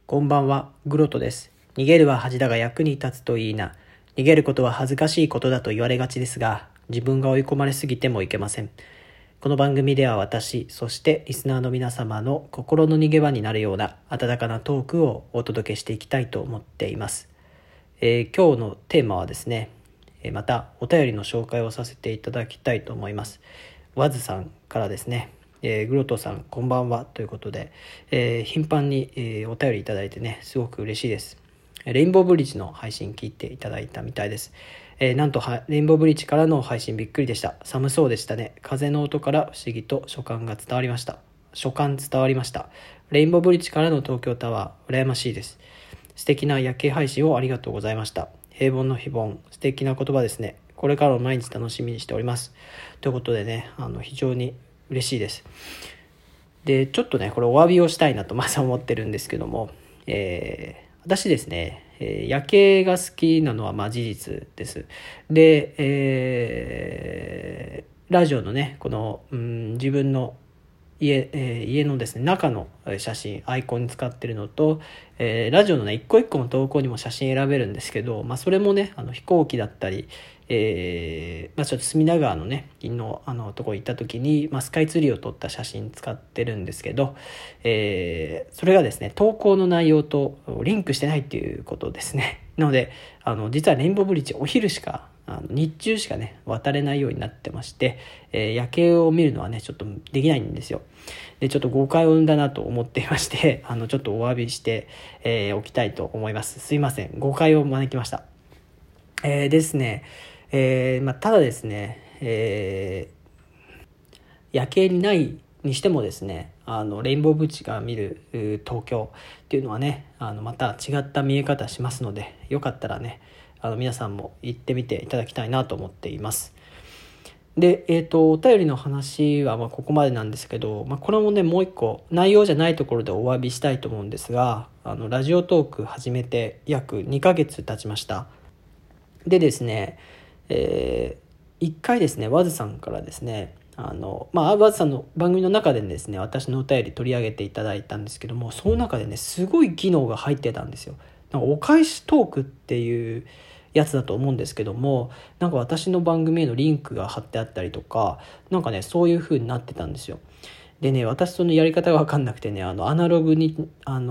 こんばんは、グロトです。逃げるは恥だが役に立つといいな。逃げることは恥ずかしいことだと言われがちですが、自分が追い込まれすぎてもいけません。この番組では私、そしてリスナーの皆様の心の逃げ場になるような温かなトークをお届けしていきたいと思っています。今日のテーマはですね、またお便りの紹介をさせていただきたいと思います。ワズさんからですね、グロトさんこんばんはということで、頻繁に、お便りいただいてね、すごく嬉しいです。レインボーブリッジの配信聞いていただいたみたいです。なんとレインボーブリッジからの配信びっくりでした。寒そうでしたね。風の音から不思議と所感伝わりました。レインボーブリッジからの東京タワー羨ましいです。素敵な夜景配信をありがとうございました。平凡の非凡、素敵な言葉ですね。これからも毎日楽しみにしております。ということでね、非常に嬉しいです。で、ちょっとね、これお詫びをしたいなとまず思ってるんですけども、私ですね、夜景が好きなのは事実です。で、ラジオのね、この、自分の家のですね、中の写真、アイコンに使ってるのと、ラジオのね、一個一個の投稿にも写真選べるんですけど、それもね、飛行機だったり、ちょっと隅田川のね、とこ行った時に、スカイツリーを撮った写真使ってるんですけど、それがですね、投稿の内容とリンクしてないっていうことですね。なので、実はレインボーブリッジお昼しか、日中しかね渡れないようになってまして、夜景を見るのはねちょっとできないんですよ。でちょっと誤解を生んだなと思っていましてちょっとお詫びして、おきたいと思います。すいません、誤解を招きました。ですね、ただですね、夜景にないにしてもですねレインボーブリッジが見る東京っていうのはねまた違った見え方しますので、よかったらね皆さんも行ってみていただきたいなと思っています。で、お便りの話はここまでなんですけど、これもねもう一個内容じゃないところでお詫びしたいと思うんですが、ラジオトーク始めて約2ヶ月経ちました。でですね、1回ですねワズさんからですねワズさんの番組の中でですね私のお便り取り上げていただいたんですけども、その中でねすごい機能が入ってたんですよ。お返しトークっていうやつだと思うんですけども、私の番組へのリンクが貼ってあったりとかそういう風になってたんですよ。でね、私そのやり方が分かんなくてねアナログに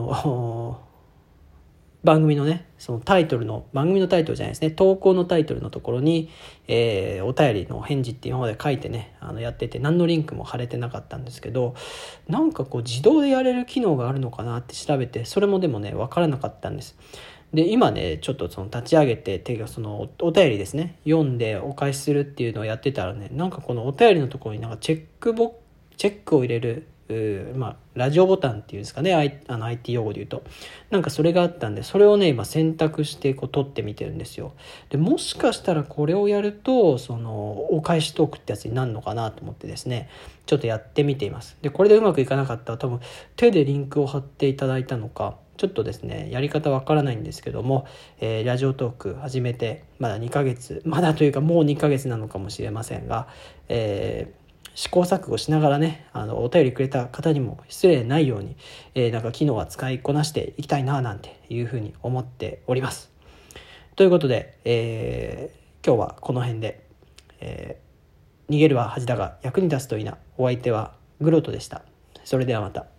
番組のねその番組のタイトルじゃないですね、投稿のタイトルのところに、お便りの返事っていうので書いてねやってて、何のリンクも貼れてなかったんですけど、自動でやれる機能があるのかなって調べて、それもでもね分からなかったんです。で今ねちょっとその立ち上げてそのお便りですね読んでお返しするっていうのをやってたらね、このお便りのところにチェックを入れるラジオボタンっていうんですかね、IT 用語で言うとそれがあったんで、それをね今選択して撮ってみてるんですよ。でもしかしたらこれをやるとそのお返しトークってやつになるのかなと思ってですねちょっとやってみています。でこれでうまくいかなかったら多分手でリンクを貼っていただいたのかちょっとですねやり方わからないんですけども、ラジオトーク始めてまだ2ヶ月まだというかもう2ヶ月なのかもしれませんが、試行錯誤しながらねお便りくれた方にも失礼ないように、機能は使いこなしていきたいななんていうふうに思っております。ということで、今日はこの辺で、逃げるは恥だが役に立つといいな。お相手はグロートでした。それではまた。